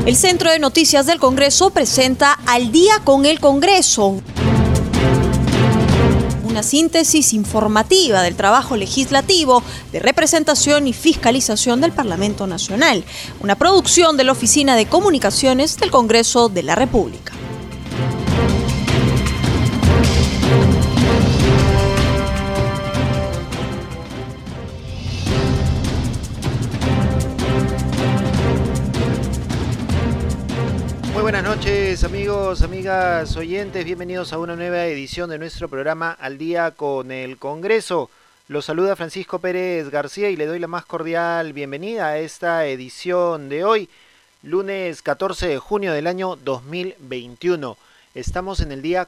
El Centro de Noticias del Congreso presenta Al Día con el Congreso, una síntesis informativa del trabajo legislativo, de representación y fiscalización del Parlamento Nacional, una producción de la Oficina de Comunicaciones del Congreso de la República. Muy buenas noches, amigos, amigas, oyentes, bienvenidos a una nueva edición de nuestro programa Al Día con el Congreso. Los saluda Francisco Pérez García y le doy la más cordial bienvenida a esta edición de hoy, lunes 14 de junio del año 2021. Estamos en el día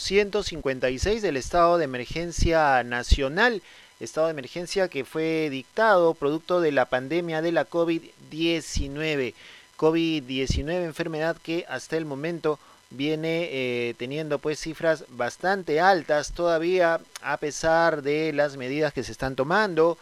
456 del estado de emergencia nacional, estado de emergencia que fue dictado producto de la pandemia de la COVID-19. COVID-19, enfermedad que hasta el momento viene teniendo pues cifras bastante altas todavía, a pesar de las medidas que se están tomando,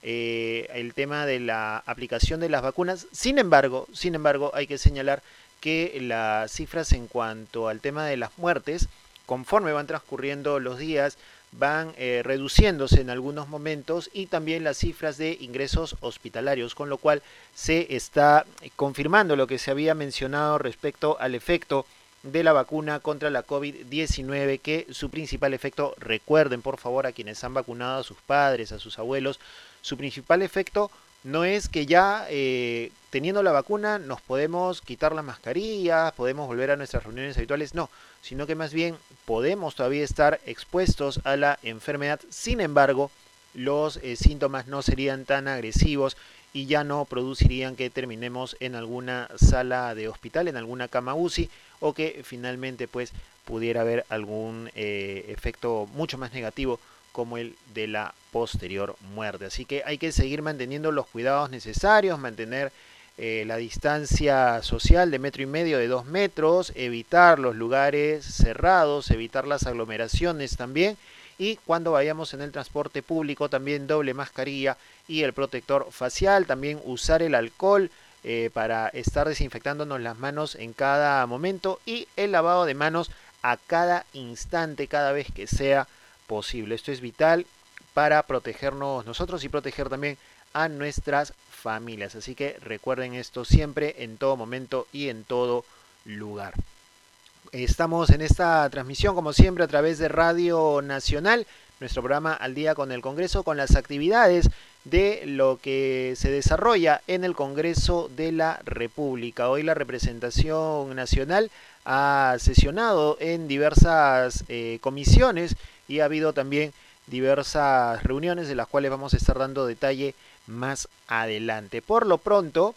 el tema de la aplicación de las vacunas. Sin embargo, hay que señalar que las cifras en cuanto al tema de las muertes, conforme van transcurriendo los días, van reduciéndose en algunos momentos, y también las cifras de ingresos hospitalarios, con lo cual se está confirmando lo que se había mencionado respecto al efecto de la vacuna contra la COVID-19, que su principal efecto, recuerden por favor a quienes han vacunado a sus padres, a sus abuelos, su principal efecto no es que ya teniendo la vacuna nos podemos quitar las mascarillas, podemos volver a nuestras reuniones habituales, no, sino que más bien podemos todavía estar expuestos a la enfermedad. Sin embargo, los síntomas no serían tan agresivos y ya no producirían que terminemos en alguna sala de hospital, en alguna cama UCI, o que finalmente pues pudiera haber algún efecto mucho más negativo como el de la posterior muerte. Así que hay que seguir manteniendo los cuidados necesarios, mantener la distancia social de 1,5 metros, de 2 metros, evitar los lugares cerrados, evitar las aglomeraciones también, y cuando vayamos en el transporte público también doble mascarilla y el protector facial, también usar el alcohol para estar desinfectándonos las manos en cada momento, y el lavado de manos a cada instante, cada vez que sea posible. Esto es vital para protegernos nosotros y proteger también a nuestras familias. Así que recuerden esto siempre, en todo momento y en todo lugar. Estamos en esta transmisión, como siempre, a través de Radio Nacional, nuestro programa Al Día con el Congreso, con las actividades de lo que se desarrolla en el Congreso de la República. Hoy la representación nacional ha sesionado en diversas comisiones y ha habido también diversas reuniones de las cuales vamos a estar dando detalle más adelante. Por lo pronto,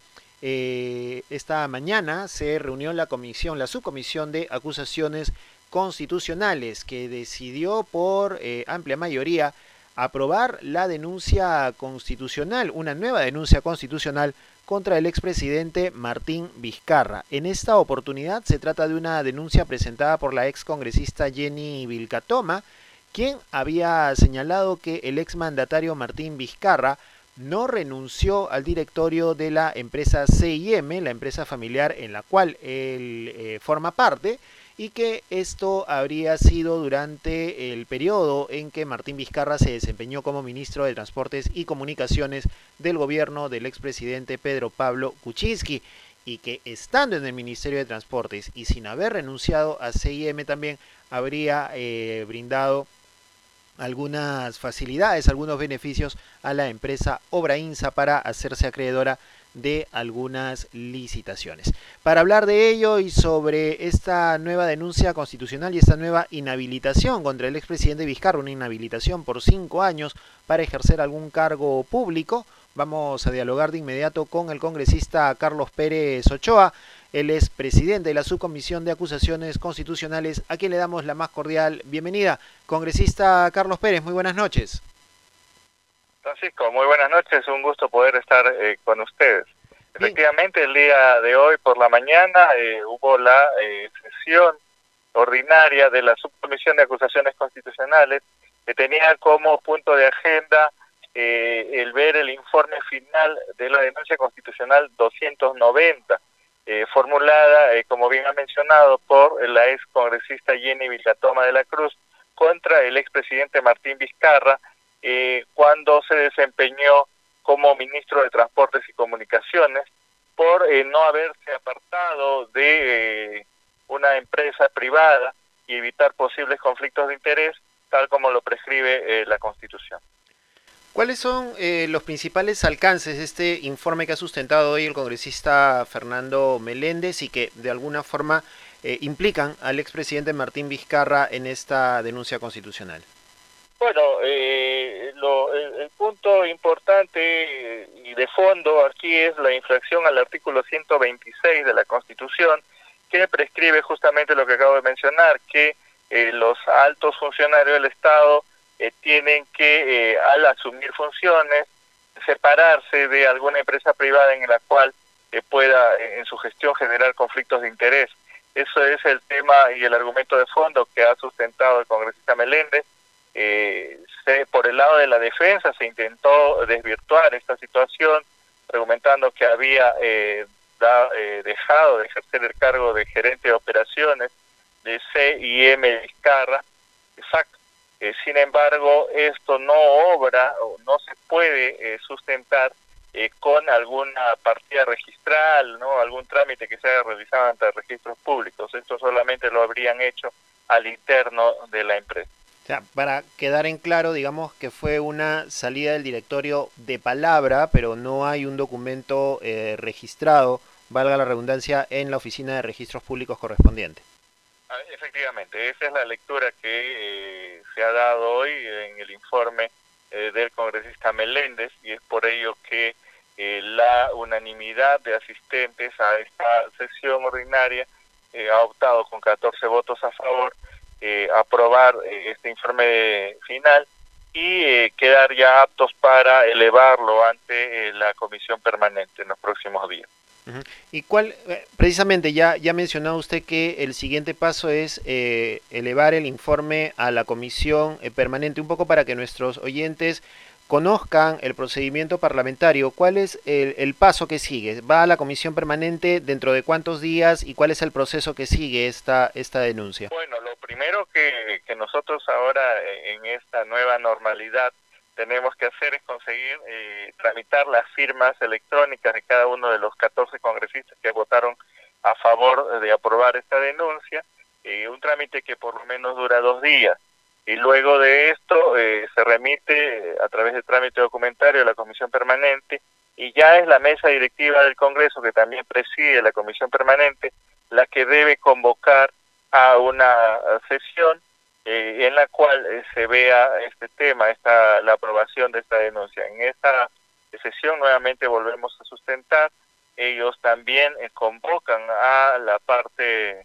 esta mañana se reunió la subcomisión de acusaciones constitucionales, que decidió por amplia mayoría aprobar la denuncia constitucional, una nueva denuncia constitucional contra el expresidente Martín Vizcarra. En esta oportunidad se trata de una denuncia presentada por la excongresista Jenny Vilcatoma, quien había señalado que el exmandatario Martín Vizcarra no renunció al directorio de la empresa CIM, la empresa familiar en la cual él forma parte, y que esto habría sido durante el periodo en que Martín Vizcarra se desempeñó como ministro de Transportes y Comunicaciones del gobierno del expresidente Pedro Pablo Kuczynski, y que estando en el Ministerio de Transportes y sin haber renunciado a CIM también habría brindado algunas facilidades, algunos beneficios a la empresa Obrainsa para hacerse acreedora de algunas licitaciones. Para hablar de ello y sobre esta nueva denuncia constitucional y esta nueva inhabilitación contra el expresidente Vizcarra, una inhabilitación por 5 años para ejercer algún cargo público, vamos a dialogar de inmediato con el congresista Carlos Pérez Ochoa. Él es presidente de la subcomisión de acusaciones constitucionales, a quien le damos la más cordial bienvenida. Congresista Carlos Pérez, muy buenas noches. Francisco, muy buenas noches, un gusto poder estar con ustedes. Bien. Efectivamente, el día de hoy por la mañana hubo la sesión ordinaria de la subcomisión de acusaciones constitucionales, que tenía como punto de agenda el ver el informe final de la denuncia constitucional 290, formulada, como bien ha mencionado, por la ex congresista Jenny Villatoma de la Cruz contra el expresidente Martín Vizcarra cuando se desempeñó como ministro de Transportes y Comunicaciones por no haberse apartado de una empresa privada y evitar posibles conflictos de interés, tal como lo prescribe la Constitución. ¿Cuáles son los principales alcances de este informe que ha sustentado hoy el congresista Fernando Meléndez y que de alguna forma implican al expresidente Martín Vizcarra en esta denuncia constitucional? Bueno, el punto importante y de fondo aquí es la infracción al artículo 126 de la Constitución, que prescribe justamente lo que acabo de mencionar, que los altos funcionarios del Estado tienen que, al asumir funciones, separarse de alguna empresa privada en la cual pueda en su gestión generar conflictos de interés. Eso es el tema y el argumento de fondo que ha sustentado el congresista Meléndez. Por el lado de la defensa se intentó desvirtuar esta situación, argumentando que había dejado de ejercer el cargo de gerente de operaciones de C&M Vizcarra. Exacto. Sin embargo, esto no obra o no se puede sustentar con alguna partida registral, ¿no? Algún trámite que se haya realizado ante registros públicos. Esto solamente lo habrían hecho al interno de la empresa. O sea, para quedar en claro, digamos que fue una salida del directorio de palabra, pero no hay un documento registrado, valga la redundancia, en la oficina de registros públicos correspondiente. Efectivamente, esa es la lectura que se ha dado hoy en el informe del congresista Meléndez, y es por ello que la unanimidad de asistentes a esta sesión ordinaria ha optado con 14 votos a favor aprobar este informe final y quedar ya aptos para elevarlo ante la comisión permanente en los próximos días. ¿Y cuál, precisamente ya ha mencionado usted que el siguiente paso es elevar el informe a la comisión permanente, un poco para que nuestros oyentes conozcan el procedimiento parlamentario? ¿Cuál es el paso que sigue? ¿Va a la comisión permanente dentro de cuántos días y cuál es el proceso que sigue esta denuncia? Bueno, lo primero que nosotros ahora en esta nueva normalidad tenemos que hacer es conseguir tramitar las firmas electrónicas de cada uno de los 14 congresistas que votaron a favor de aprobar esta denuncia, un trámite que por lo menos dura 2 días. Y luego de esto se remite a través del trámite documentario a la comisión permanente, y ya es la mesa directiva del Congreso, que también preside la comisión permanente, la que debe convocar a una sesión en la cual se vea este tema, la aprobación de esta denuncia. En esta sesión nuevamente volvemos a sustentar, ellos también convocan a la parte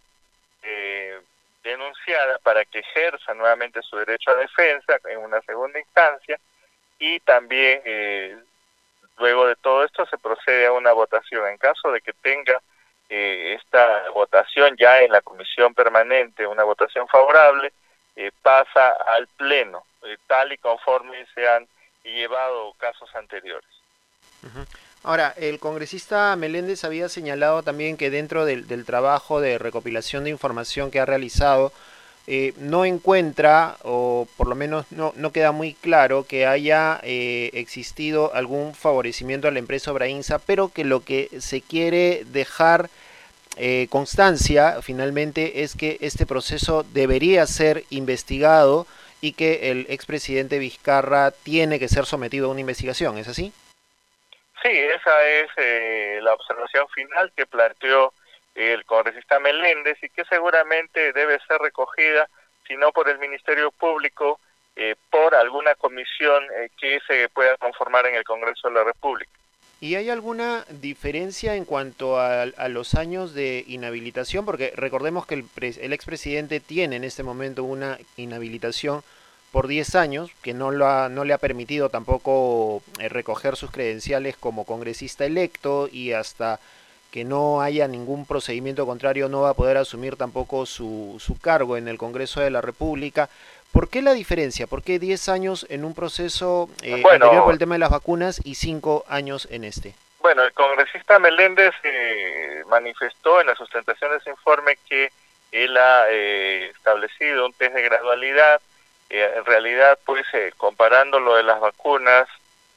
denunciada para que ejerza nuevamente su derecho a defensa en una segunda instancia, y también luego de todo esto se procede a una votación. En caso de que tenga esta votación ya en la comisión permanente, una votación favorable, pasa al pleno, tal y conforme se han llevado casos anteriores. Ahora, el congresista Meléndez había señalado también que dentro del trabajo de recopilación de información que ha realizado, no encuentra, o por lo menos no queda muy claro, que haya existido algún favorecimiento a la empresa Obrainsa, pero que lo que se quiere dejar constancia finalmente es que este proceso debería ser investigado y que el expresidente Vizcarra tiene que ser sometido a una investigación, ¿es así? Sí, esa es la observación final que planteó el congresista Meléndez y que seguramente debe ser recogida, si no por el Ministerio Público, por alguna comisión que se pueda conformar en el Congreso de la República. ¿Y hay alguna diferencia en cuanto a los años de inhabilitación? Porque recordemos que el expresidente tiene en este momento una inhabilitación por 10 años, que no le ha permitido tampoco recoger sus credenciales como congresista electo, y hasta que no haya ningún procedimiento contrario no va a poder asumir tampoco su cargo en el Congreso de la República. ¿Por qué la diferencia? ¿Por qué 10 años en un proceso anterior por el tema de las vacunas y 5 años en este? Bueno, el congresista Meléndez manifestó en la sustentación de ese informe que él ha establecido un test de gradualidad. En realidad, pues, comparando lo de las vacunas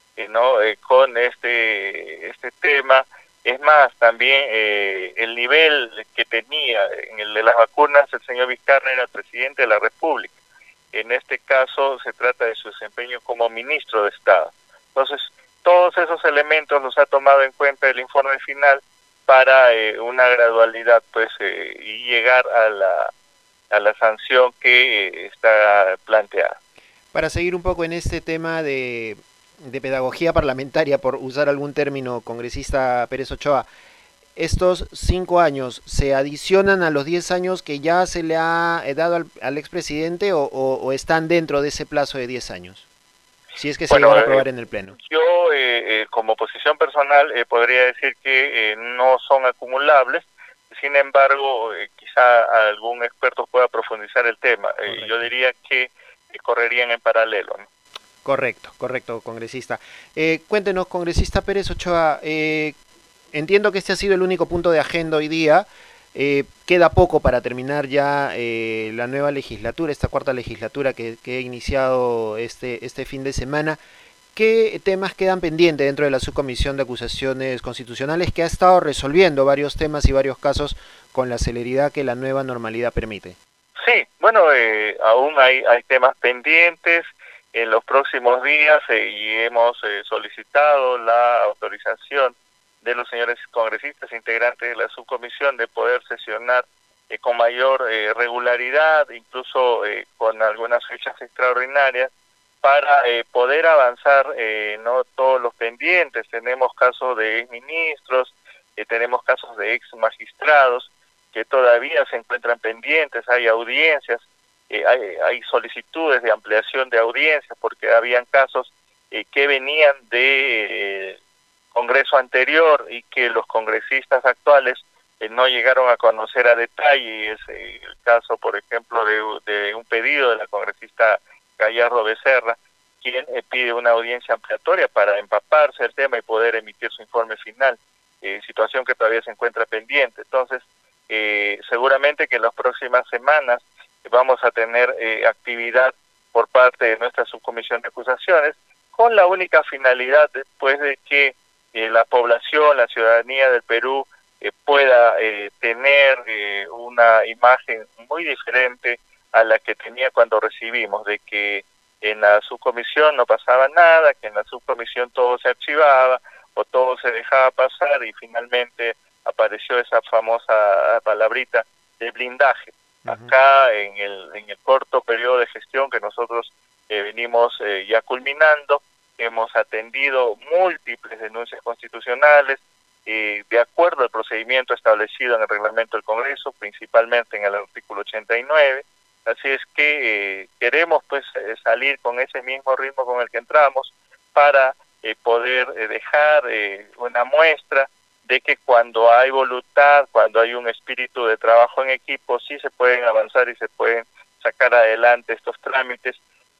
con este tema, es más, también el nivel que tenía en el de las vacunas, el señor Vizcarra era el presidente de la República. En este caso se trata de su desempeño como ministro de Estado. Entonces, todos esos elementos los ha tomado en cuenta el informe final para una gradualidad, pues, y llegar a la sanción que está planteada. Para seguir un poco en este tema de pedagogía parlamentaria, por usar algún término, congresista Pérez Ochoa, ¿estos 5 años se adicionan a los 10 años que ya se le ha dado al expresidente o están dentro de ese plazo de 10 años? Si es que se llega a aprobar en el Pleno. Yo, como posición personal, podría decir que no son acumulables. Sin embargo, quizá algún experto pueda profundizar el tema. Yo diría que correrían en paralelo, ¿no? Correcto, congresista. Cuéntenos, congresista Pérez Ochoa, entiendo que este ha sido el único punto de agenda hoy día. Queda poco para terminar ya la nueva legislatura, esta cuarta legislatura que ha iniciado este fin de semana. ¿Qué temas quedan pendientes dentro de la subcomisión de acusaciones constitucionales que ha estado resolviendo varios temas y varios casos con la celeridad que la nueva normalidad permite? Sí, bueno, aún hay temas pendientes. En los próximos días y hemos solicitado la autorización de los señores congresistas integrantes de la subcomisión de poder sesionar con mayor regularidad, incluso con algunas fechas extraordinarias, para poder avanzar no todos los pendientes. Tenemos casos de exministros, tenemos casos de ex magistrados que todavía se encuentran pendientes, hay audiencias, hay solicitudes de ampliación de audiencias porque habían casos que venían de Congreso anterior y que los congresistas actuales no llegaron a conocer a detalle. Es el caso, por ejemplo, de un pedido de la congresista Gallardo Becerra, quien pide una audiencia ampliatoria para empaparse el tema y poder emitir su informe final, situación que todavía se encuentra pendiente. Entonces, seguramente que en las próximas semanas vamos a tener actividad por parte de nuestra subcomisión de acusaciones, con la única finalidad, después de que la población, la ciudadanía del Perú pueda tener una imagen muy diferente a la que tenía cuando recibimos, de que en la subcomisión no pasaba nada, que en la subcomisión todo se archivaba o todo se dejaba pasar y finalmente apareció esa famosa palabrita de blindaje. Acá en el corto periodo de gestión que nosotros venimos ya culminando, hemos atendido múltiples denuncias constitucionales de acuerdo al procedimiento establecido en el reglamento del Congreso, principalmente en el artículo 89. Así es que queremos pues salir con ese mismo ritmo con el que entramos para poder dejar una muestra de que cuando hay voluntad, cuando hay un espíritu de trabajo en equipo, sí se pueden avanzar y se pueden sacar adelante estos trámites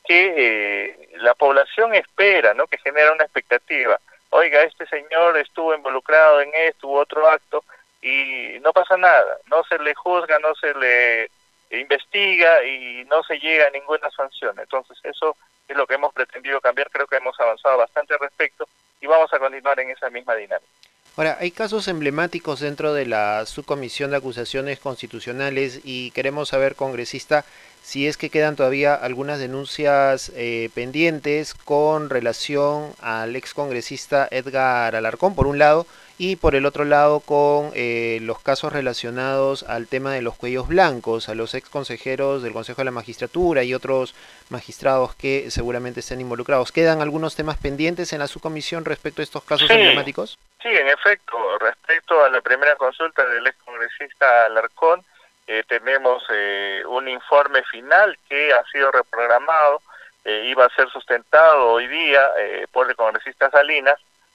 que la población espera, ¿no? Que genera una expectativa. Oiga, este señor estuvo involucrado en esto u otro acto y no pasa nada, no se le juzga, no se le investiga y no se llega a ninguna sanción. Entonces eso es lo que hemos pretendido cambiar. Creo que hemos avanzado bastante al respecto y vamos a continuar en esa misma dinámica. Ahora, hay casos emblemáticos dentro de la subcomisión de acusaciones constitucionales y queremos saber, congresista, si es que quedan todavía algunas denuncias pendientes con relación al excongresista Edgar Alarcón, por un lado, y por el otro lado con los casos relacionados al tema de los cuellos blancos, a los ex consejeros del Consejo de la Magistratura y otros magistrados que seguramente estén involucrados. ¿Quedan algunos temas pendientes en la subcomisión respecto a estos casos emblemáticos? Sí, en efecto, respecto a la primera consulta del excongresista Alarcón, tenemos un informe final que ha sido reprogramado, iba a ser sustentado hoy día por el congresista Salinas,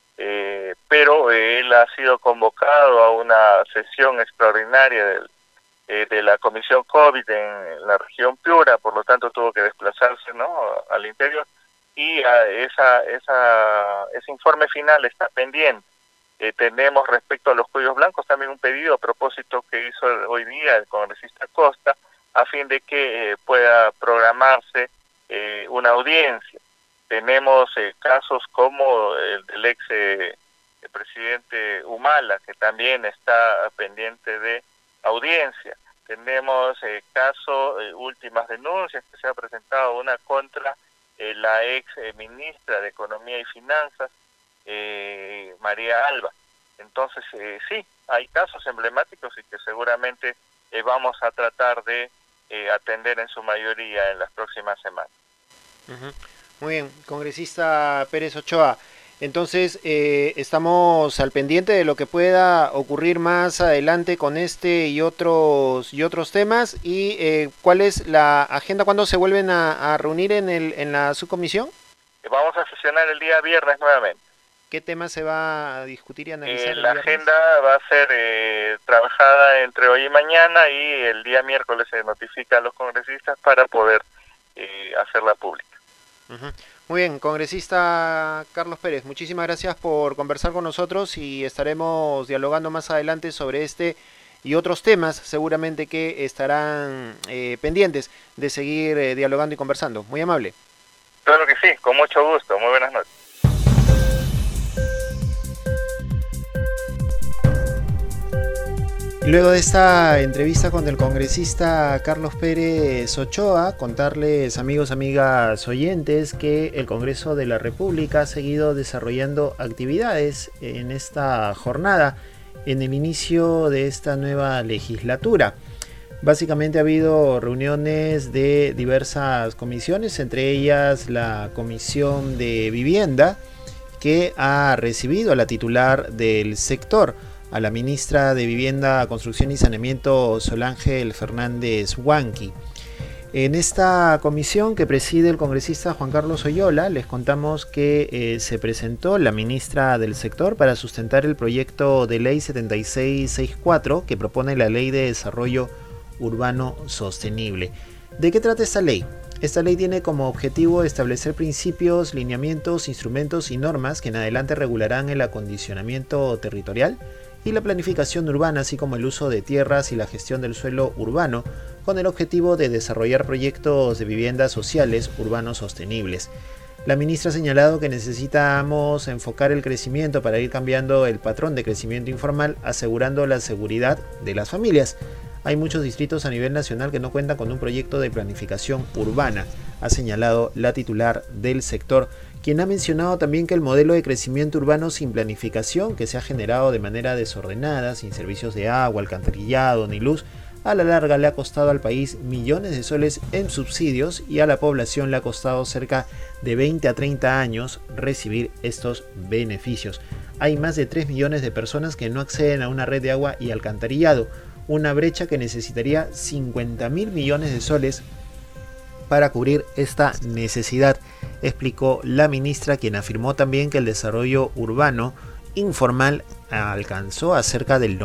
pero él ha sido convocado a una sesión extraordinaria de la Comisión COVID en la región Piura, por lo tanto tuvo que desplazarse, ¿no?, al interior, y ese informe final está pendiente. Tenemos respecto a los cuellos blancos también un pedido a propósito que hizo hoy día el congresista Costa, a fin de que pueda programarse una audiencia. Tenemos casos como el del ex presidente Humala, que también está pendiente de audiencia. Tenemos últimas denuncias que se ha presentado, una contra la ex ministra de Economía y Finanzas, María Alba. Entonces, sí, hay casos emblemáticos y que seguramente vamos a tratar de atender en su mayoría en las próximas semanas. Muy bien, congresista Pérez Ochoa. Entonces, estamos al pendiente de lo que pueda ocurrir más adelante con este y otros temas. ¿Y cuál es la agenda? ¿Cuándo se vuelven a reunir en la subcomisión? Vamos a sesionar el día viernes nuevamente. ¿Qué temas se va a discutir y analizar? La agenda va a ser trabajada entre hoy y mañana, y el día miércoles se notifica a los congresistas para poder hacerla pública. Muy bien, congresista Carlos Pérez, muchísimas gracias por conversar con nosotros y estaremos dialogando más adelante sobre este y otros temas, seguramente que estarán pendientes de seguir dialogando y conversando. Muy amable. Claro que sí, con mucho gusto. Muy buenas noches. Luego de esta entrevista con el congresista Carlos Pérez Ochoa, contarles, amigos, amigas oyentes, que el Congreso de la República ha seguido desarrollando actividades en esta jornada, en el inicio de esta nueva legislatura. Básicamente ha habido reuniones de diversas comisiones, entre ellas la Comisión de Vivienda, que ha recibido a la titular del sector, a la ministra de Vivienda, Construcción y Saneamiento, Solángel Fernández Huanqui. En esta comisión que preside el congresista Juan Carlos Oyola, les contamos que se presentó la ministra del sector para sustentar el proyecto de ley 7664 que propone la Ley de Desarrollo Urbano Sostenible. ¿De qué trata esta ley? Esta ley tiene como objetivo establecer principios, lineamientos, instrumentos y normas que en adelante regularán el acondicionamiento territorial y la planificación urbana, así como el uso de tierras y la gestión del suelo urbano, con el objetivo de desarrollar proyectos de viviendas sociales urbanos sostenibles. La ministra ha señalado que necesitamos enfocar el crecimiento para ir cambiando el patrón de crecimiento informal, asegurando la seguridad de las familias. Hay muchos distritos a nivel nacional que no cuentan con un proyecto de planificación urbana, ha señalado la titular del sector, quien ha mencionado también que el modelo de crecimiento urbano sin planificación, que se ha generado de manera desordenada, sin servicios de agua, alcantarillado ni luz, a la larga le ha costado al país millones de soles en subsidios y a la población le ha costado cerca de 20 a 30 años recibir estos beneficios. Hay más de 3 millones de personas que no acceden a una red de agua y alcantarillado, una brecha que necesitaría 50.000 millones de soles para cubrir esta necesidad, explicó la ministra, quien afirmó también que el desarrollo urbano informal alcanzó a cerca del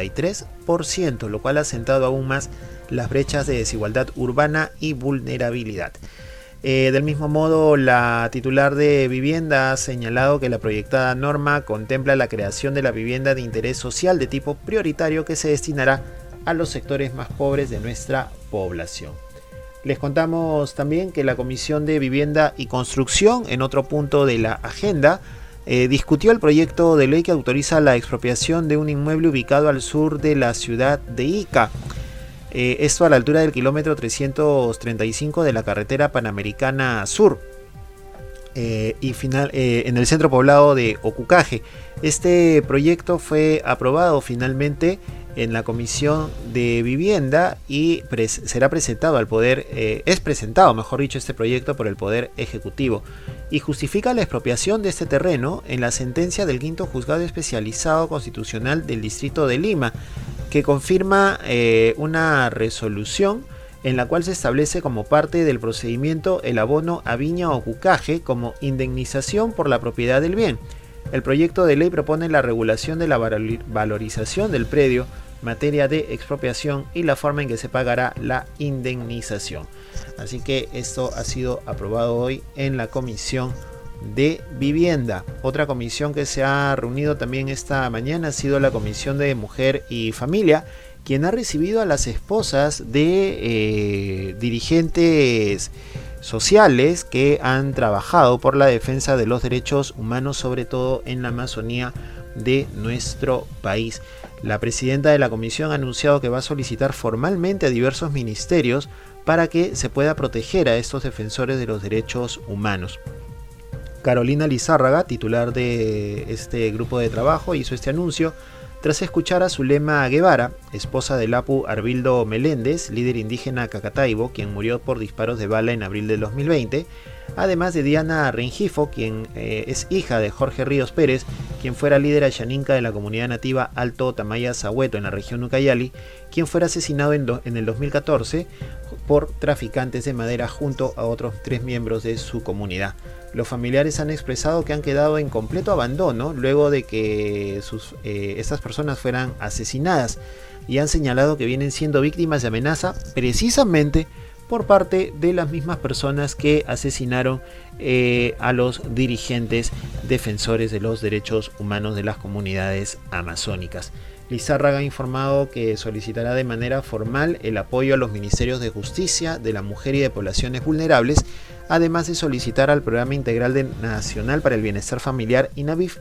93%, lo cual ha asentado aún más las brechas de desigualdad urbana y vulnerabilidad. Del mismo modo, la titular de Vivienda ha señalado que la proyectada norma contempla la creación de la vivienda de interés social de tipo prioritario que se destinará a los sectores más pobres de nuestra población. Les contamos también que la Comisión de Vivienda y Construcción, en otro punto de la agenda, discutió el proyecto de ley que autoriza la expropiación de un inmueble ubicado al sur de la ciudad de Ica. Esto a la altura del kilómetro 335 de la carretera Panamericana Sur en el centro poblado de Ocucaje. Este proyecto fue aprobado finalmente en la Comisión de Vivienda y será presentado al Poder, es presentado, mejor dicho, este proyecto por el Poder Ejecutivo y justifica la expropiación de este terreno en la sentencia del Quinto Juzgado Especializado Constitucional del Distrito de Lima, que confirma una resolución en la cual se establece como parte del procedimiento el abono a Viña Ocucaje como indemnización por la propiedad del bien. El proyecto de ley propone la regulación de la valorización del predio, materia de expropiación y la forma en que se pagará la indemnización. Así que esto ha sido aprobado hoy en la Comisión de Vivienda. Otra comisión que se ha reunido también esta mañana ha sido la Comisión de Mujer y Familia, quien ha recibido a las esposas de dirigentes sociales que han trabajado por la defensa de los derechos humanos, sobre todo en la Amazonía de nuestro país. La presidenta de la comisión ha anunciado que va a solicitar formalmente a diversos ministerios para que se pueda proteger a estos defensores de los derechos humanos. Carolina Lizárraga, titular de este grupo de trabajo, hizo este anuncio tras escuchar a Zulema Guevara, esposa del Apu Arbildo Meléndez, líder indígena Cacataibo, quien murió por disparos de bala en abril del 2020, además de Diana Rengifo, quien es hija de Jorge Ríos Pérez, quien fuera líder ayaninca de la comunidad nativa Alto Tamaya Sahueto en la región Ucayali, quien fuera asesinado en el 2014 por traficantes de madera junto a otros 3 miembros de su comunidad. Los familiares han expresado que han quedado en completo abandono luego de que estas personas fueran asesinadas, y han señalado que vienen siendo víctimas de amenaza precisamente por parte de las mismas personas que asesinaron a los dirigentes defensores de los derechos humanos de las comunidades amazónicas. Lizárraga ha informado que solicitará de manera formal el apoyo a los ministerios de Justicia, de la Mujer y de Poblaciones Vulnerables, además de solicitar al Programa Integral Nacional para el Bienestar Familiar, INABIF,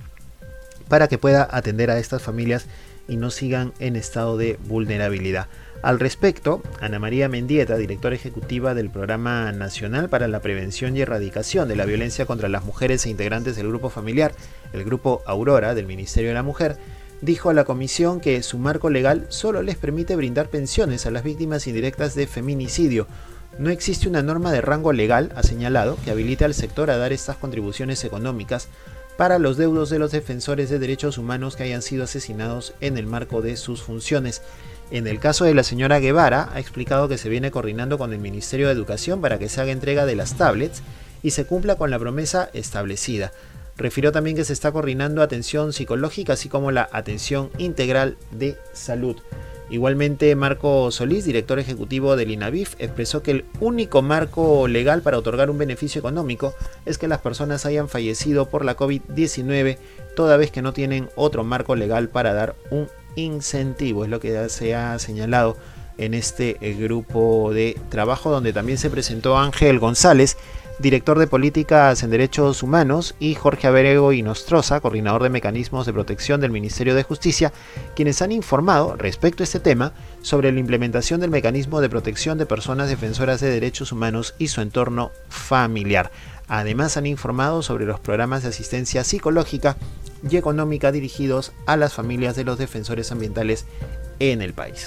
para que pueda atender a estas familias y no sigan en estado de vulnerabilidad. Al respecto, Ana María Mendieta, directora ejecutiva del Programa Nacional para la Prevención y Erradicación de la Violencia contra las Mujeres e integrantes del Grupo Familiar, el Grupo Aurora del Ministerio de la Mujer, dijo a la comisión que su marco legal solo les permite brindar pensiones a las víctimas indirectas de feminicidio. No existe una norma de rango legal, ha señalado, que habilite al sector a dar estas contribuciones económicas para los deudos de los defensores de derechos humanos que hayan sido asesinados en el marco de sus funciones. En el caso de la señora Guevara, ha explicado que se viene coordinando con el Ministerio de Educación para que se haga entrega de las tablets y se cumpla con la promesa establecida. Refirió también que se está coordinando atención psicológica, así como la atención integral de salud. Igualmente, Marco Solís, director ejecutivo del INABIF, expresó que el único marco legal para otorgar un beneficio económico es que las personas hayan fallecido por la COVID-19, toda vez que no tienen otro marco legal para dar un incentivo. Es lo que se ha señalado en este grupo de trabajo, donde también se presentó Ángel González, director de Políticas en Derechos Humanos, y Jorge Abrego y Nostroza, coordinador de Mecanismos de Protección del Ministerio de Justicia, quienes han informado respecto a este tema sobre la implementación del Mecanismo de Protección de Personas Defensoras de Derechos Humanos y su entorno familiar. Además, han informado sobre los programas de asistencia psicológica y económica dirigidos a las familias de los defensores ambientales en el país.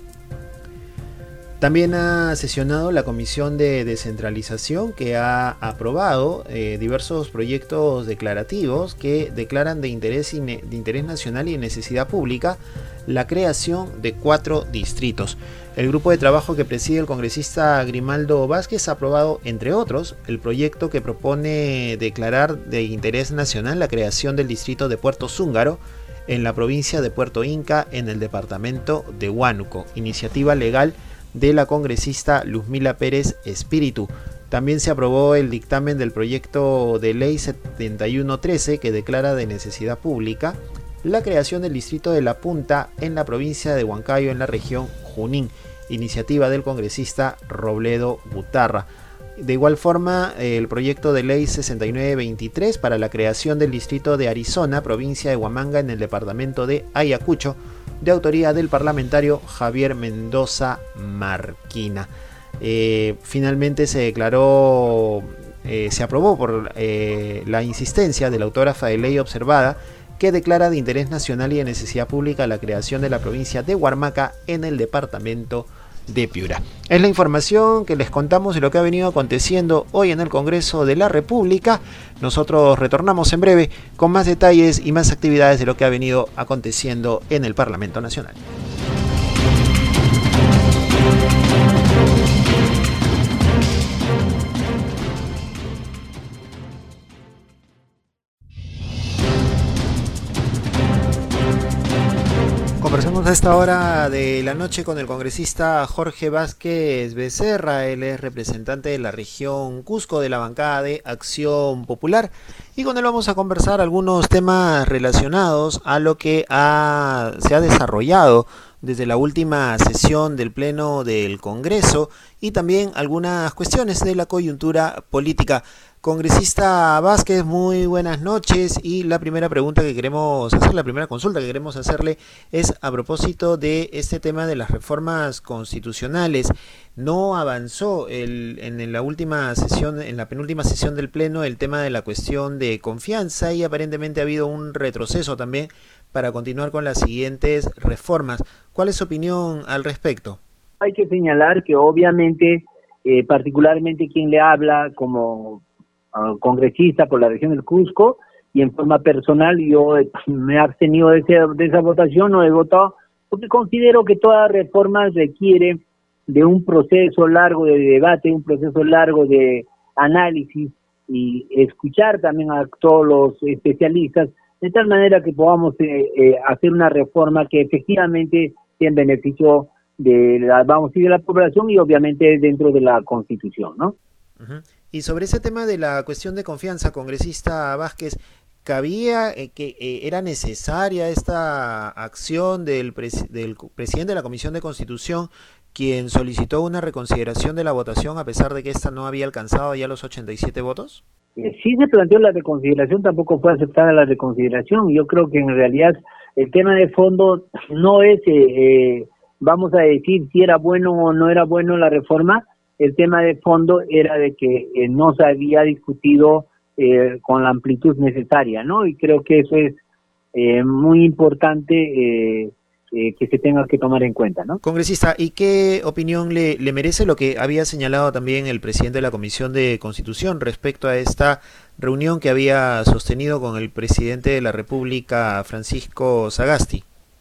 También ha sesionado la Comisión de Descentralización, que ha aprobado diversos proyectos declarativos que declaran de interés nacional y de necesidad pública la creación de 4 distritos. El grupo de trabajo que preside el congresista Grimaldo Vázquez ha aprobado, entre otros, el proyecto que propone declarar de interés nacional la creación del distrito de Puerto Zúngaro en la provincia de Puerto Inca, en el departamento de Huánuco, iniciativa legal de la congresista Luzmila Pérez Espíritu. También se aprobó el dictamen del proyecto de ley 7113, que declara de necesidad pública la creación del distrito de La Punta en la provincia de Huancayo, en la región Junín, iniciativa del congresista Robledo Gutarra. De igual forma, el proyecto de ley 6923 para la creación del distrito de Arizona, provincia de Huamanga, en el departamento de Ayacucho, de autoría del parlamentario Javier Mendoza Marquina. Finalmente se aprobó por la insistencia de la autógrafa de ley observada, que declara de interés nacional y de necesidad pública la creación de la provincia de Huarmaca en el departamento de Piura. Es la información que les contamos de lo que ha venido aconteciendo hoy en el Congreso de la República. Nosotros retornamos en breve con más detalles y más actividades de lo que ha venido aconteciendo en el Parlamento Nacional. Conversamos a esta hora de la noche con el congresista Jorge Vázquez Becerra. Él es representante de la región Cusco de la bancada de Acción Popular y con él vamos a conversar algunos temas relacionados a lo que se ha desarrollado desde la última sesión del Pleno del Congreso y también algunas cuestiones de la coyuntura política. Congresista Vázquez, muy buenas noches, y la primera pregunta que queremos hacer, la primera consulta que queremos hacerle es a propósito de este tema de las reformas constitucionales. No avanzó en la última sesión, en la penúltima sesión del Pleno, el tema de la cuestión de confianza y aparentemente ha habido un retroceso también para continuar con las siguientes reformas. ¿Cuál es su opinión al respecto? Hay que señalar que obviamente, particularmente quien le habla como congresista por la región del Cusco y en forma personal yo me he abstenido de esa votación, no he votado porque considero que toda reforma requiere de un proceso largo de debate, un proceso largo de análisis y escuchar también a todos los especialistas de tal manera que podamos hacer una reforma que efectivamente sea en beneficio de la población y obviamente dentro de la Constitución, ¿no? Uh-huh. Y sobre ese tema de la cuestión de confianza, congresista Vázquez, ¿cabía era necesaria esta acción del presidente de la Comisión de Constitución, quien solicitó una reconsideración de la votación a pesar de que esta no había alcanzado ya los 87 votos? Sí se planteó la reconsideración, tampoco fue aceptada la reconsideración. Yo creo que en realidad el tema de fondo no es, vamos a decir, si era bueno o no era bueno la reforma. El tema de fondo era de que no se había discutido con la amplitud necesaria, ¿no? Y creo que eso es muy importante que se tenga que tomar en cuenta, ¿no? Congresista, ¿y qué opinión le merece lo que había señalado también el presidente de la Comisión de Constitución respecto a esta reunión que había sostenido con el presidente de la República, Francisco Sagasti?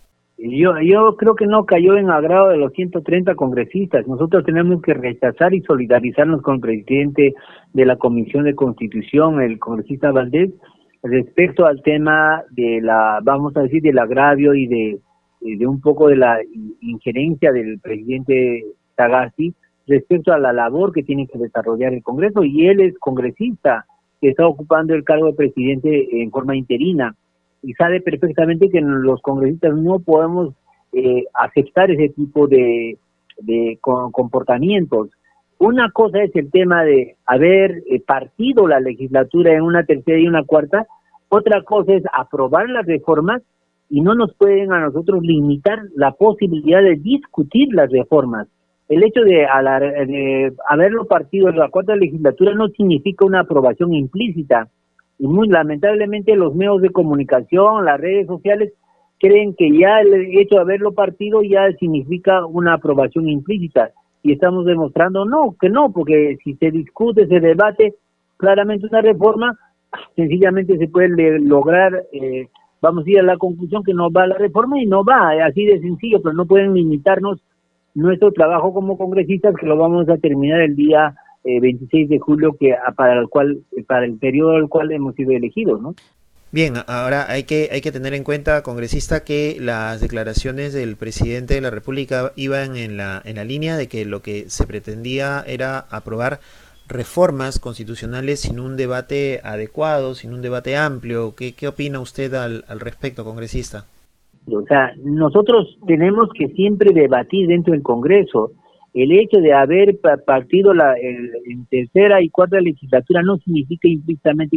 Yo creo que no cayó en agrado de los 130 congresistas. Nosotros tenemos que rechazar y solidarizarnos con el presidente de la Comisión de Constitución, el congresista Valdés, respecto al tema de vamos a decir, del agravio y de un poco de la injerencia del presidente Sagasti respecto a la labor que tiene que desarrollar el Congreso, y él es congresista que está ocupando el cargo de presidente en forma interina. Y sabe perfectamente que los congresistas no podemos aceptar ese tipo de comportamientos. Una cosa es el tema de haber partido la legislatura en una tercera y una cuarta, otra cosa es aprobar las reformas y no nos pueden a nosotros limitar la posibilidad de discutir las reformas. El hecho de haberlo partido en la cuarta legislatura no significa una aprobación implícita. Y muy lamentablemente los medios de comunicación, las redes sociales, creen que ya el hecho de haberlo partido ya significa una aprobación implícita. Y estamos demostrando que no, porque si se discute, se debate claramente una reforma, sencillamente se puede lograr, vamos a ir a la conclusión que no va la reforma y no va, así de sencillo, pero no pueden limitarnos nuestro trabajo como congresistas, que lo vamos a terminar el día 26 de julio, para el periodo al cual hemos sido elegidos, ¿no? Bien, ahora hay que tener en cuenta, congresista, que las declaraciones del presidente de la República iban en la línea de que lo que se pretendía era aprobar reformas constitucionales sin un debate adecuado, sin un debate amplio. ¿Qué opina usted al respecto, congresista? O sea, nosotros tenemos que siempre debatir dentro del Congreso. El hecho de haber partido en tercera y cuarta legislatura no significa implícitamente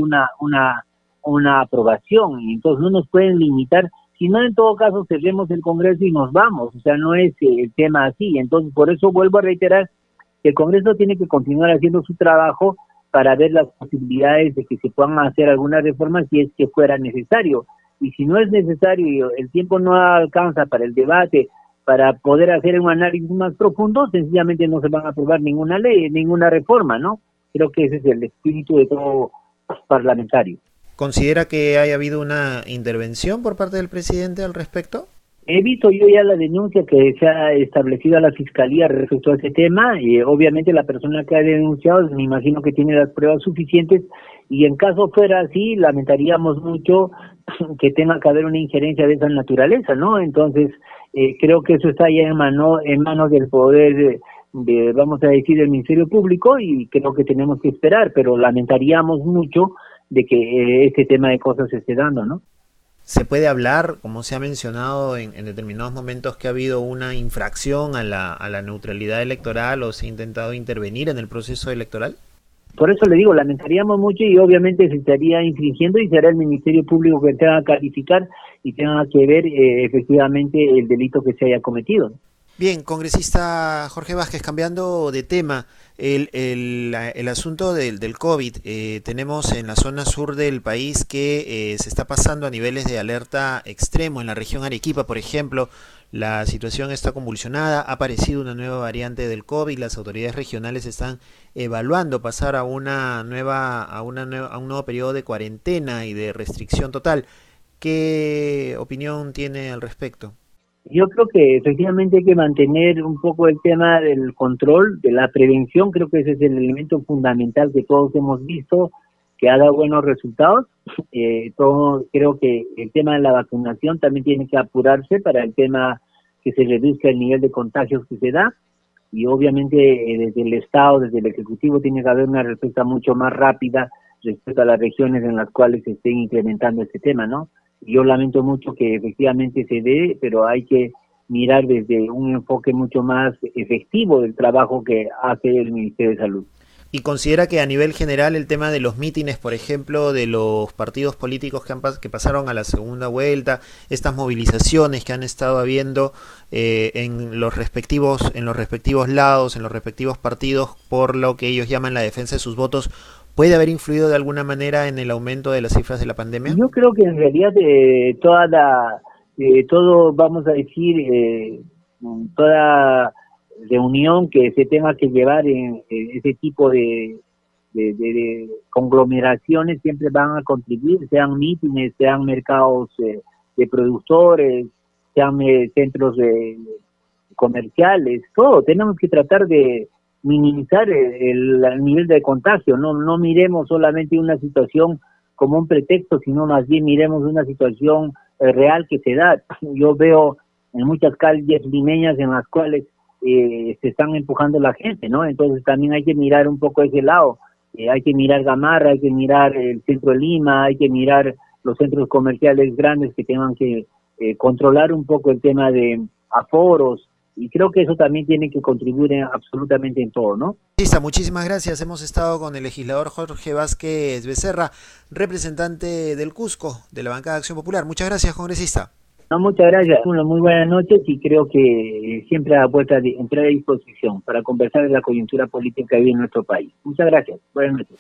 una aprobación, y entonces no nos pueden limitar, sino en todo caso cerremos el Congreso y nos vamos. O sea, no es el tema así. Entonces, por eso vuelvo a reiterar que el Congreso tiene que continuar haciendo su trabajo para ver las posibilidades de que se puedan hacer algunas reformas si es que fuera necesario. Y si no es necesario y el tiempo no alcanza para el debate, para poder hacer un análisis más profundo, sencillamente no se van a aprobar ninguna ley, ninguna reforma, ¿no? Creo que ese es el espíritu de todo parlamentario. ¿Considera que haya habido una intervención por parte del presidente al respecto? He visto yo ya la denuncia que se ha establecido a la Fiscalía respecto a ese tema, y obviamente la persona que ha denunciado, me imagino que tiene las pruebas suficientes, y en caso fuera así, lamentaríamos mucho que tenga que haber una injerencia de esa naturaleza, ¿no? Entonces, creo que eso está ya en manos del poder, vamos a decir, del Ministerio Público, y creo que tenemos que esperar, pero lamentaríamos mucho de que este tema de cosas se esté dando, ¿no? ¿Se puede hablar, como se ha mencionado en determinados momentos, que ha habido una infracción a la neutralidad electoral o se ha intentado intervenir en el proceso electoral? Por eso le digo, lamentaríamos mucho y obviamente se estaría infringiendo y será el Ministerio Público que tenga que calificar y tenga que ver efectivamente el delito que se haya cometido. Bien, congresista Jorge Vázquez, cambiando de tema, el asunto del COVID, tenemos en la zona sur del país que se está pasando a niveles de alerta extremo. En la región Arequipa, por ejemplo, la situación está convulsionada, ha aparecido una nueva variante del COVID, las autoridades regionales están evaluando pasar a un nuevo periodo de cuarentena y de restricción total. ¿Qué opinión tiene al respecto? Yo creo que efectivamente hay que mantener un poco el tema del control, de la prevención. Creo que ese es el elemento fundamental que todos hemos visto, que ha dado buenos resultados. Creo que el tema de la vacunación también tiene que apurarse para el tema que se reduzca el nivel de contagios que se da, y obviamente desde el Estado, desde el Ejecutivo, tiene que haber una respuesta mucho más rápida respecto a las regiones en las cuales se esté incrementando este tema, ¿no? Yo lamento mucho que efectivamente se dé, pero hay que mirar desde un enfoque mucho más efectivo del trabajo que hace el Ministerio de Salud. ¿Y considera que a nivel general el tema de los mítines, por ejemplo, de los partidos políticos que pasaron a la segunda vuelta, estas movilizaciones que han estado habiendo en los respectivos lados, en los respectivos partidos, por lo que ellos llaman la defensa de sus votos, puede haber influido de alguna manera en el aumento de las cifras de la pandemia? Yo creo que en realidad todo, vamos a decir, toda reunión que se tenga que llevar en ese tipo de conglomeraciones siempre van a contribuir, sean mítines, sean mercados de productores, sean centros comerciales, todo. Tenemos que tratar de minimizar el nivel de contagio, no miremos solamente una situación como un pretexto, sino más bien miremos una situación real que se da. Yo veo en muchas calles limeñas en las cuales se están empujando la gente, ¿no? Entonces también hay que mirar un poco ese lado, hay que mirar Gamarra, hay que mirar el centro de Lima, hay que mirar los centros comerciales grandes que tengan que controlar un poco el tema de aforos, y creo que eso también tiene que contribuir absolutamente en todo, ¿no? Muchísimas gracias. Hemos estado con el legislador Jorge Vázquez Becerra, representante del Cusco, de la bancada de Acción Popular. Muchas gracias, congresista. No, muchas gracias. Muy buenas noches, y creo que siempre a la puerta de entrar a disposición para conversar de la coyuntura política que vive en nuestro país. Muchas gracias. Buenas noches.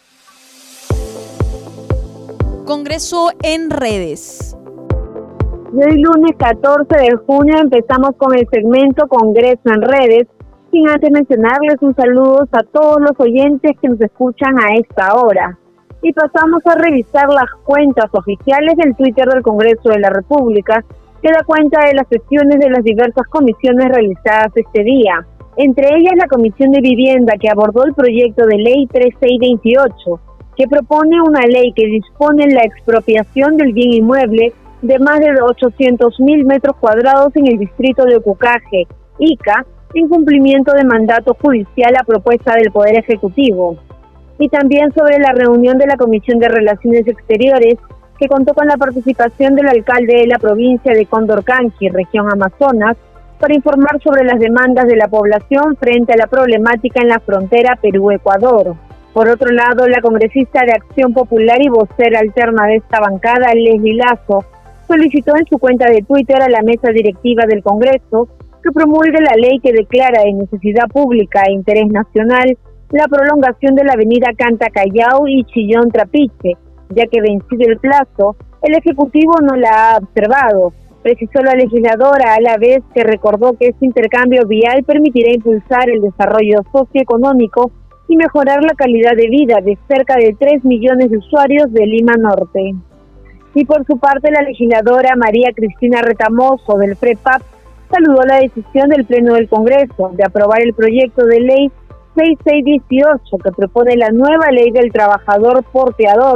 Congreso en redes. Y hoy lunes 14 de junio empezamos con el segmento Congreso en redes, sin antes mencionarles un saludo a todos los oyentes que nos escuchan a esta hora. Y pasamos a revisar las cuentas oficiales del Twitter del Congreso de la República, que da cuenta de las sesiones de las diversas comisiones realizadas este día. Entre ellas la Comisión de Vivienda, que abordó el proyecto de ley 3628, que propone una ley que dispone la expropiación del bien inmueble de más de 800.000 metros cuadrados en el distrito de Ocucaje, Ica, en cumplimiento de mandato judicial a propuesta del Poder Ejecutivo. Y también sobre la reunión de la Comisión de Relaciones Exteriores, que contó con la participación del alcalde de la provincia de Condorcanqui, región Amazonas, para informar sobre las demandas de la población frente a la problemática en la frontera Perú-Ecuador. Por otro lado, la congresista de Acción Popular y vocera alterna de esta bancada, Leslie Lazo, solicitó en su cuenta de Twitter a la mesa directiva del Congreso que promulgue la ley que declara de necesidad pública e interés nacional la prolongación de la avenida Canta Callao y Chillón Trapiche, ya que vencido el plazo, el Ejecutivo no la ha observado. Precisó la legisladora, a la vez que recordó que este intercambio vial permitirá impulsar el desarrollo socioeconómico y mejorar la calidad de vida de cerca de 3 millones de usuarios de Lima Norte. Y por su parte, la legisladora María Cristina Retamoso del FREPAP saludó la decisión del Pleno del Congreso de aprobar el proyecto de ley 6618 que propone la nueva ley del trabajador porteador,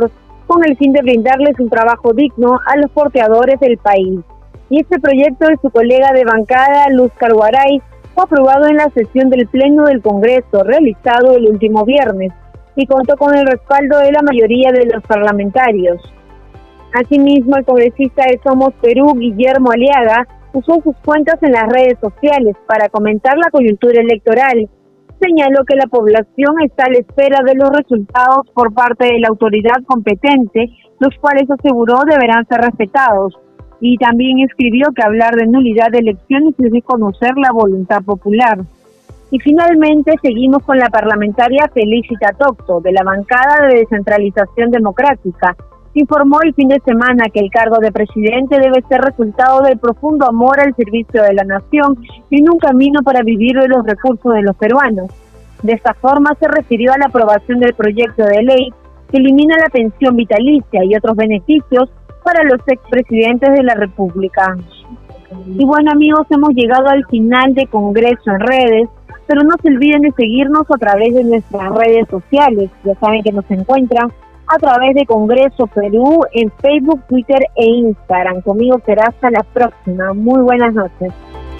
con el fin de brindarles un trabajo digno a los porteadores del país. Y este proyecto de su colega de bancada, Luz Carguaray, fue aprobado en la sesión del Pleno del Congreso, realizado el último viernes, y contó con el respaldo de la mayoría de los parlamentarios. Asimismo, el congresista de Somos Perú, Guillermo Aliaga, usó sus cuentas en las redes sociales para comentar la coyuntura electoral. Señaló que la población está a la espera de los resultados por parte de la autoridad competente, los cuales aseguró deberán ser respetados. Y también escribió que hablar de nulidad de elecciones es desconocer la voluntad popular. Y finalmente seguimos con la parlamentaria Felicita Tocto, de la bancada de Descentralización Democrática. Informó el fin de semana que el cargo de presidente debe ser resultado del profundo amor al servicio de la nación y en un camino para vivir de los recursos de los peruanos. De esta forma se refirió a la aprobación del proyecto de ley que elimina la pensión vitalicia y otros beneficios para los expresidentes de la República. Y bueno, amigos, hemos llegado al final de Congreso en Redes, pero no se olviden de seguirnos a través de nuestras redes sociales. Ya saben que nos encuentran a través de Congreso Perú en Facebook, Twitter e Instagram. Conmigo será hasta la próxima. Muy buenas noches.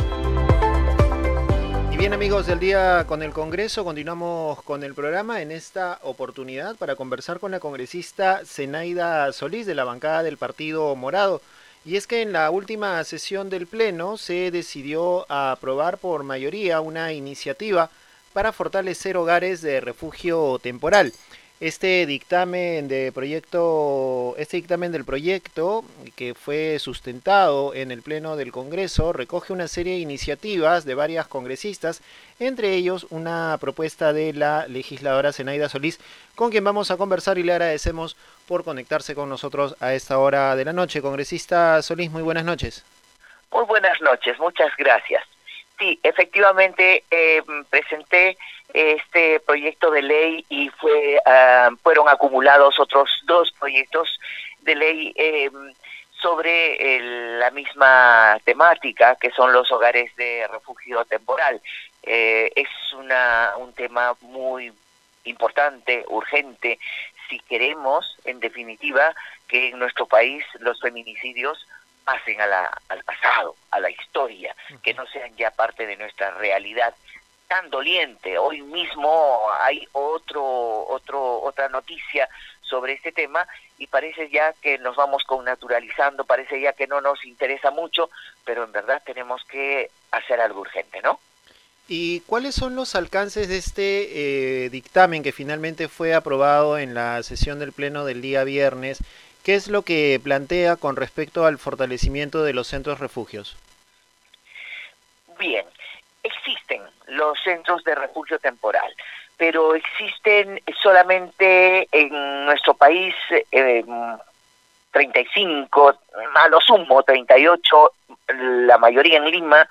Y bien, amigos del Día con el Congreso, continuamos con el programa en esta oportunidad para conversar con la congresista Zenaida Solís de la bancada del Partido Morado. Y es que en la última sesión del Pleno se decidió aprobar por mayoría una iniciativa para fortalecer hogares de refugio temporal. Este dictamen del proyecto, que fue sustentado en el Pleno del Congreso, recoge una serie de iniciativas de varias congresistas, entre ellos una propuesta de la legisladora Zenaida Solís, con quien vamos a conversar y le agradecemos por conectarse con nosotros a esta hora de la noche. Congresista Solís, muy buenas noches. Muy buenas noches, muchas gracias. Sí, efectivamente presenté este proyecto de ley y fueron acumulados otros 2 proyectos de ley sobre la misma temática, que son los hogares de refugio temporal. Es un tema muy importante, urgente, si queremos, en definitiva, que en nuestro país los feminicidios pasen al pasado, a la historia, que no sean ya parte de nuestra realidad tan doliente. Hoy mismo hay otra noticia sobre este tema y parece ya que nos vamos connaturalizando, parece ya que no nos interesa mucho, pero en verdad tenemos que hacer algo urgente, ¿no? ¿Y cuáles son los alcances de este dictamen que finalmente fue aprobado en la sesión del Pleno del día viernes? ¿Qué es lo que plantea con respecto al fortalecimiento de los centros refugios? Bien, existen los centros de refugio temporal, pero existen solamente en nuestro país 35, a lo sumo 38, la mayoría en Lima,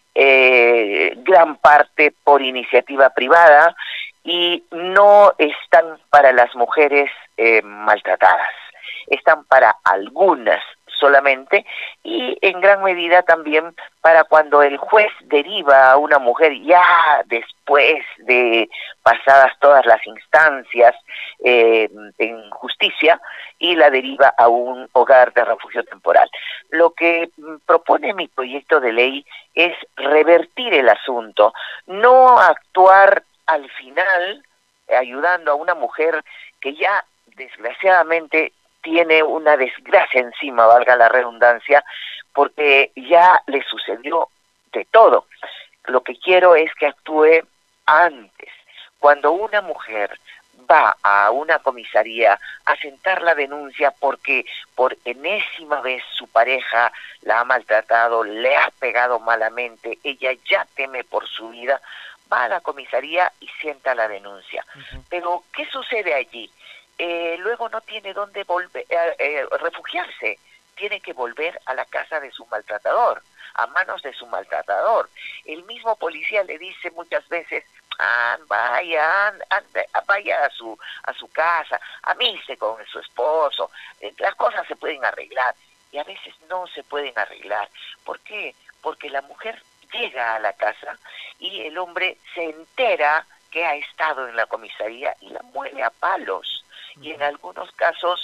gran parte por iniciativa privada, y no están para las mujeres maltratadas. Están para algunas solamente y en gran medida también para cuando el juez deriva a una mujer ya después de pasadas todas las instancias en justicia y la deriva a un hogar de refugio temporal. Lo que propone mi proyecto de ley es revertir el asunto, no actuar al final ayudando a una mujer que ya desgraciadamente tiene una desgracia encima, valga la redundancia, porque ya le sucedió de todo. Lo que quiero es que actúe antes. Cuando una mujer va a una comisaría a sentar la denuncia porque por enésima vez su pareja la ha maltratado, le ha pegado malamente, ella ya teme por su vida, va a la comisaría y sienta la denuncia. Pero, ¿qué sucede allí? Luego no tiene dónde refugiarse, tiene que volver a la casa de su maltratador, a manos de su maltratador. El mismo policía le dice muchas veces, vaya a su casa, amíse con su esposo, las cosas se pueden arreglar, y a veces no se pueden arreglar. ¿Por qué? Porque la mujer llega a la casa y el hombre se entera que ha estado en la comisaría y la mueve a palos. Y en algunos casos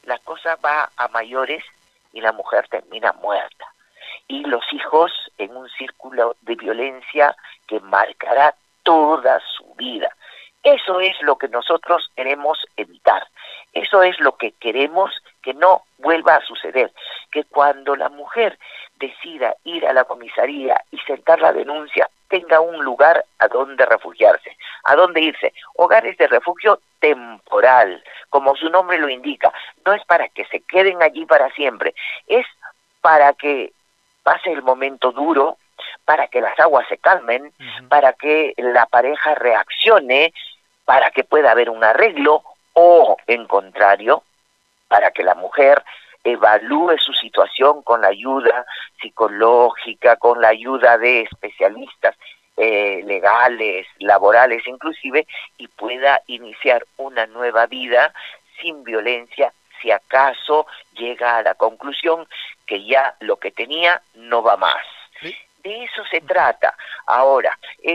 la cosa va a mayores y la mujer termina muerta. Y los hijos en un círculo de violencia que marcará toda su vida. Eso es lo que nosotros queremos evitar. Eso es lo que queremos que no vuelva a suceder. Que cuando la mujer decida ir a la comisaría y sentar la denuncia, tenga un lugar a donde refugiarse, a donde irse. Hogares de refugio temporal, como su nombre lo indica. No es para que se queden allí para siempre, es para que pase el momento duro, para que las aguas se calmen, para que la pareja reaccione, para que pueda haber un arreglo, o en contrario, para que la mujer evalúe su situación con la ayuda psicológica, con la ayuda de especialistas legales, laborales inclusive, y pueda iniciar una nueva vida sin violencia, si acaso llega a la conclusión que ya lo que tenía no va más. ¿Sí? De eso se trata. Ahora,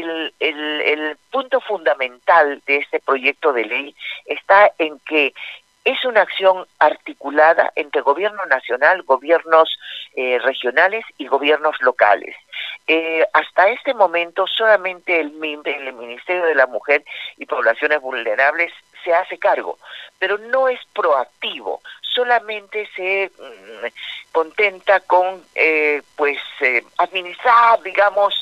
el punto fundamental de este proyecto de ley está en que es una acción articulada entre gobierno nacional, gobiernos regionales y gobiernos locales. Hasta este momento solamente el Ministerio de la Mujer y Poblaciones Vulnerables se hace cargo, pero no es proactivo, solamente se contenta con administrar, digamos,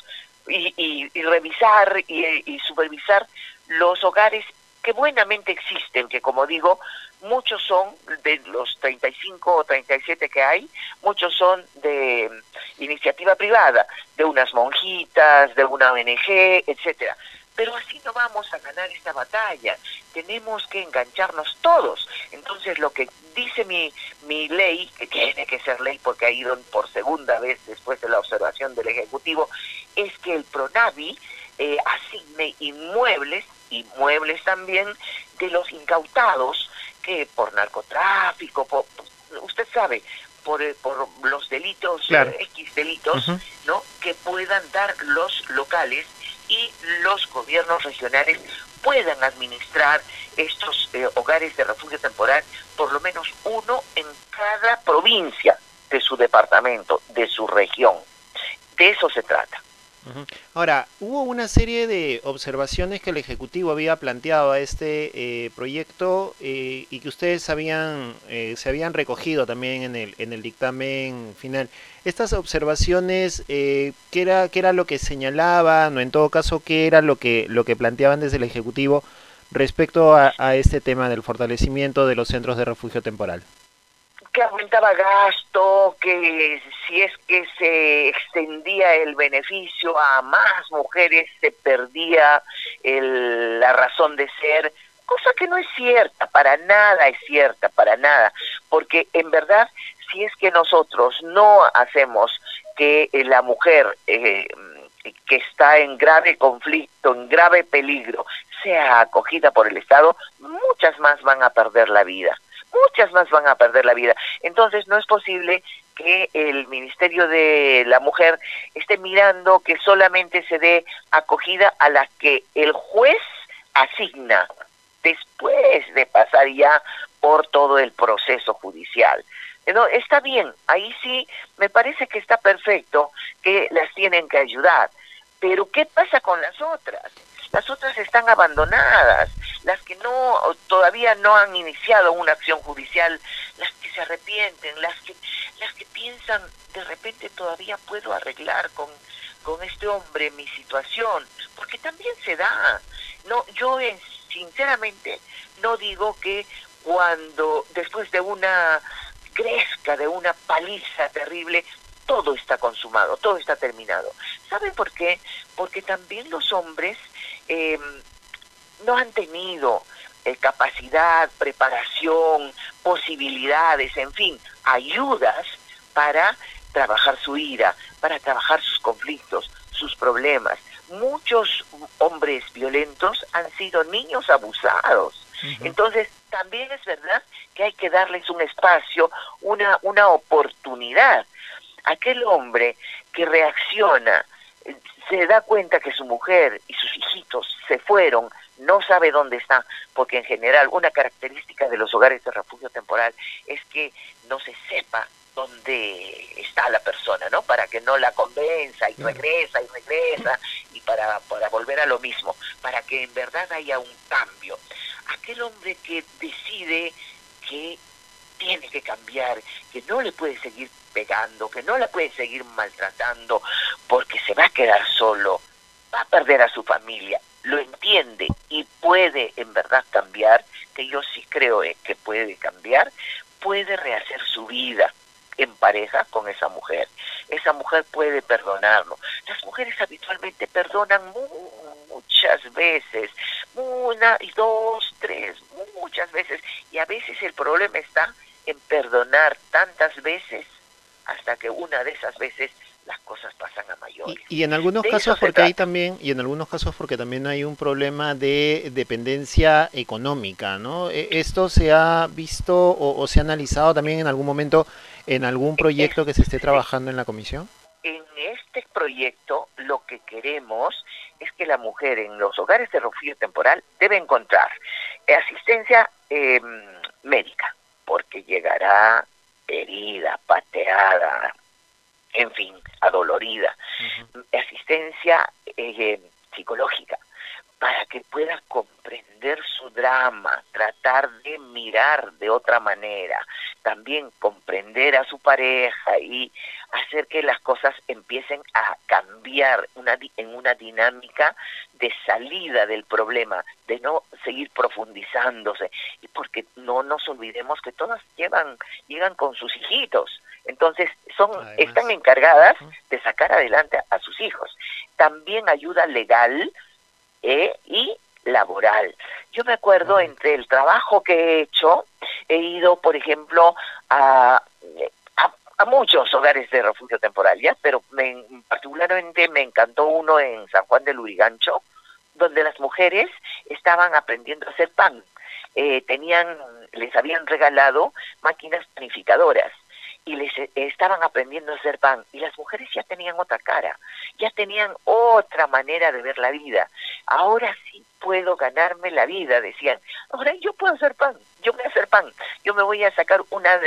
y revisar y supervisar los hogares que buenamente existen, que como digo, muchos son de los 35 o 37 que hay, muchos son de iniciativa privada, de unas monjitas, de una ONG, etcétera. Pero así no vamos a ganar esta batalla, tenemos que engancharnos todos. Entonces lo que dice mi ley, que tiene que ser ley porque ha ido por segunda vez después de la observación del Ejecutivo, es que el PRONAVI asigne inmuebles también de los incautados que por narcotráfico, usted sabe, por los delitos, claro. X delitos, ¿no? Que puedan dar los locales y los gobiernos regionales puedan administrar estos hogares de refugio temporal, por lo menos uno en cada provincia de su departamento, de su región. De eso se trata. Ahora, hubo una serie de observaciones que el Ejecutivo había planteado a este proyecto y que ustedes se habían recogido también en el dictamen final. Estas observaciones, ¿qué era lo que señalaban, o en todo caso, qué era lo que planteaban desde el Ejecutivo respecto a este tema del fortalecimiento de los centros de refugio temporal? Que aumentaba gasto, que si es que se extendía el beneficio a más mujeres se perdía la razón de ser, cosa que no es cierta, para nada es cierta, para nada, porque en verdad si es que nosotros no hacemos que la mujer que está en grave conflicto, en grave peligro, sea acogida por el Estado, muchas más van a perder la vida. Muchas más van a perder la vida. Entonces no es posible que el Ministerio de la Mujer esté mirando que solamente se dé acogida a la que el juez asigna después de pasar ya por todo el proceso judicial. No, está bien, ahí sí me parece que está perfecto, que las tienen que ayudar. Pero ¿qué pasa con las otras? Las otras están abandonadas, las que todavía no han iniciado una acción judicial, las que se arrepienten, las que piensan, de repente todavía puedo arreglar con este hombre mi situación, porque también se da. No, yo sinceramente no digo que cuando después de una gresca, de una paliza terrible, todo está consumado, todo está terminado. ¿Saben por qué? Porque también los hombres no han tenido capacidad, preparación, posibilidades, en fin, ayudas para trabajar su ira, para trabajar sus conflictos, sus problemas. Muchos hombres violentos han sido niños abusados. Entonces, también es verdad que hay que darles un espacio, una oportunidad. Aquel hombre que reacciona, se da cuenta que su mujer y sus hijitos se fueron, no sabe dónde está, porque en general una característica de los hogares de refugio temporal es que no se sepa dónde está la persona, ¿no? Para que no la convenza y regresa y para volver a lo mismo, para que en verdad haya un cambio. Aquel hombre que decide que tiene que cambiar, que no le puede seguir pegando, que no la puede seguir maltratando, porque se va a quedar solo, va a perder a su familia, lo entiende y puede en verdad cambiar, que yo sí creo que puede cambiar, puede rehacer su vida en pareja con esa mujer. Esa mujer puede perdonarlo. Las mujeres habitualmente perdonan muchas veces, una y dos, tres, muchas veces, y a veces el problema está en perdonar tantas veces hasta que una de esas veces las cosas pasan a mayores. Y en algunos casos porque también hay un problema de dependencia económica, ¿no? ¿Esto se ha visto o se ha analizado también en algún momento en algún proyecto que se esté trabajando en la comisión? En este proyecto lo que queremos es que la mujer en los hogares de refugio temporal debe encontrar asistencia médica, porque llegará herida, pateada, en fin, adolorida, asistencia psicológica, para que pueda comprender su drama, tratar de mirar de otra manera, también comprender a su pareja y hacer que las cosas empiecen a cambiar en una dinámica de salida del problema, de no seguir profundizándose, y porque no nos olvidemos que todas llegan con sus hijitos, entonces están encargadas de sacar adelante a sus hijos. También ayuda legal y laboral. Yo me acuerdo entre el trabajo que he hecho, he ido, por ejemplo, a muchos hogares de refugio temporal, ¿ya? Pero particularmente me encantó uno en San Juan del Lurigancho, donde las mujeres estaban aprendiendo a hacer pan. Les habían regalado máquinas panificadoras y les estaban aprendiendo a hacer pan, y las mujeres ya tenían otra cara, ya tenían otra manera de ver la vida. Ahora sí puedo ganarme la vida, decían. Ahora yo puedo hacer pan, yo voy a hacer pan, yo me voy a sacar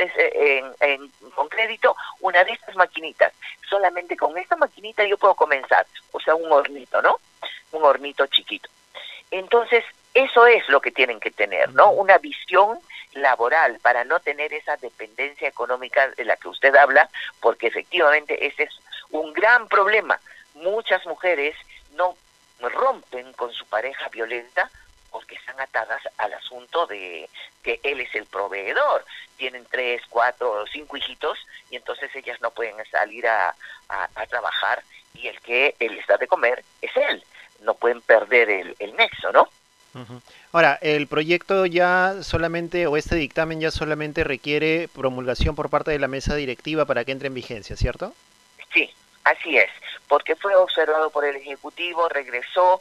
con crédito una de estas maquinitas, solamente con esta maquinita yo puedo comenzar, o sea, un hornito, ¿no? Un hornito chiquito. Entonces, eso es lo que tienen que tener, ¿no? Una visión laboral para no tener esa dependencia económica de la que usted habla, porque efectivamente ese es un gran problema. Muchas mujeres no rompen con su pareja violenta porque están atadas al asunto de que él es el proveedor. Tienen 3, 4, 5 hijitos y entonces ellas no pueden salir a trabajar, y el que les da de comer es él. No pueden perder el nexo, ¿no? Ahora, el proyecto ya solamente, o este dictamen ya solamente requiere promulgación por parte de la mesa directiva para que entre en vigencia, ¿cierto? Sí, así es, porque fue observado por el Ejecutivo, regresó.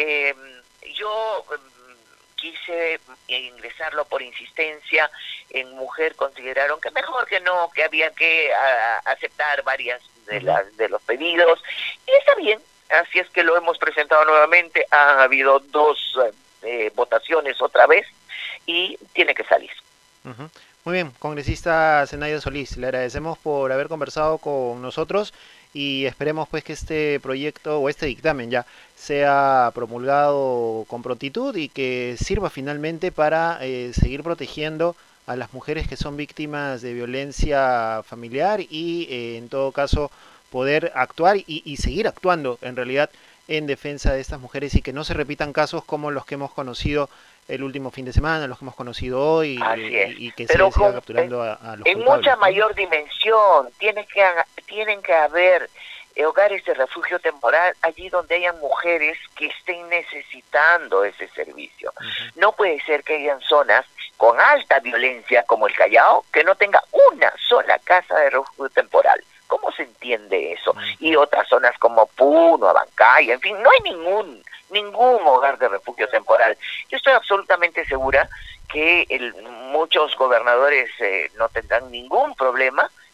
Yo quise ingresarlo por insistencia. En Mujer consideraron que mejor que no, que había que aceptar varias de los pedidos, y está bien. Así es que lo hemos presentado nuevamente. Ha habido 2 votaciones otra vez y tiene que salir. Muy bien, congresista Zenaida Solís, le agradecemos por haber conversado con nosotros y esperemos pues que este proyecto o este dictamen ya sea promulgado con prontitud y que sirva finalmente para seguir protegiendo a las mujeres que son víctimas de violencia familiar y en todo caso poder actuar y seguir actuando en realidad en defensa de estas mujeres, y que no se repitan casos como los que hemos conocido el último fin de semana, los que hemos conocido hoy, y que se siga capturando a los en culpables, mucha ¿no? mayor dimensión. Tienen que haber hogares de refugio temporal allí donde hayan mujeres que estén necesitando ese servicio. No puede ser que hayan zonas con alta violencia como el Callao que no tenga una sola casa de refugio temporal. ¿Cómo se entiende eso? Y otras zonas como Puno, Abancay, en fin, no hay ningún hogar de refugio temporal. Yo estoy absolutamente segura que muchos gobernadores no tendrán ningún problema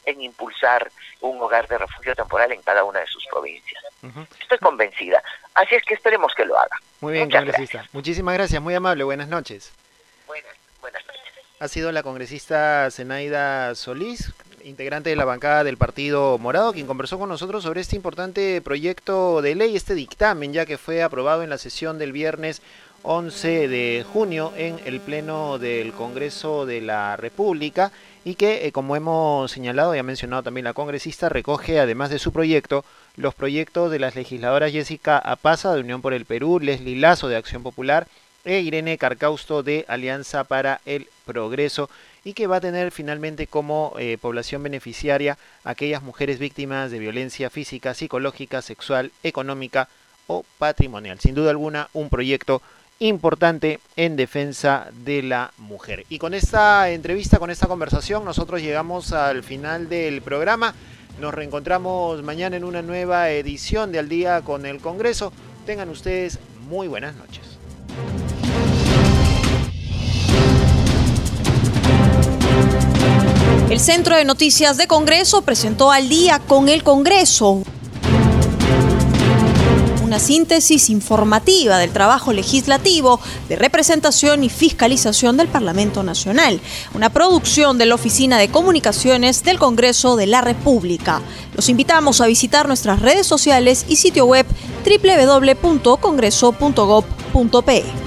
en impulsar un hogar de refugio temporal en cada una de sus provincias. Estoy convencida. Así es que esperemos que lo haga. Muy bien, Muchas congresista. gracias. Muchísimas gracias, muy amable. Buenas noches. Buenas noches. Ha sido la congresista Zenaida Solís, integrante de la bancada del Partido Morado, quien conversó con nosotros sobre este importante proyecto de ley, este dictamen, ya que fue aprobado en la sesión del viernes 11 de junio en el Pleno del Congreso de la República y que, como hemos señalado y ha mencionado también la congresista, recoge, además de su proyecto, los proyectos de las legisladoras Jessica Apaza de Unión por el Perú, Leslie Lazo de Acción Popular e Irene Carcausto de Alianza para el Progreso, y que va a tener finalmente como población beneficiaria a aquellas mujeres víctimas de violencia física, psicológica, sexual, económica o patrimonial. Sin duda alguna, un proyecto importante en defensa de la mujer. Y con esta entrevista, con esta conversación, nosotros llegamos al final del programa. Nos reencontramos mañana en una nueva edición de Al Día con el Congreso. Tengan ustedes muy buenas noches. El Centro de Noticias de Congreso presentó Al Día con el Congreso, una síntesis informativa del trabajo legislativo, de representación y fiscalización del Parlamento Nacional, una producción de la Oficina de Comunicaciones del Congreso de la República. Los invitamos a visitar nuestras redes sociales y sitio web www.congreso.gov.pe.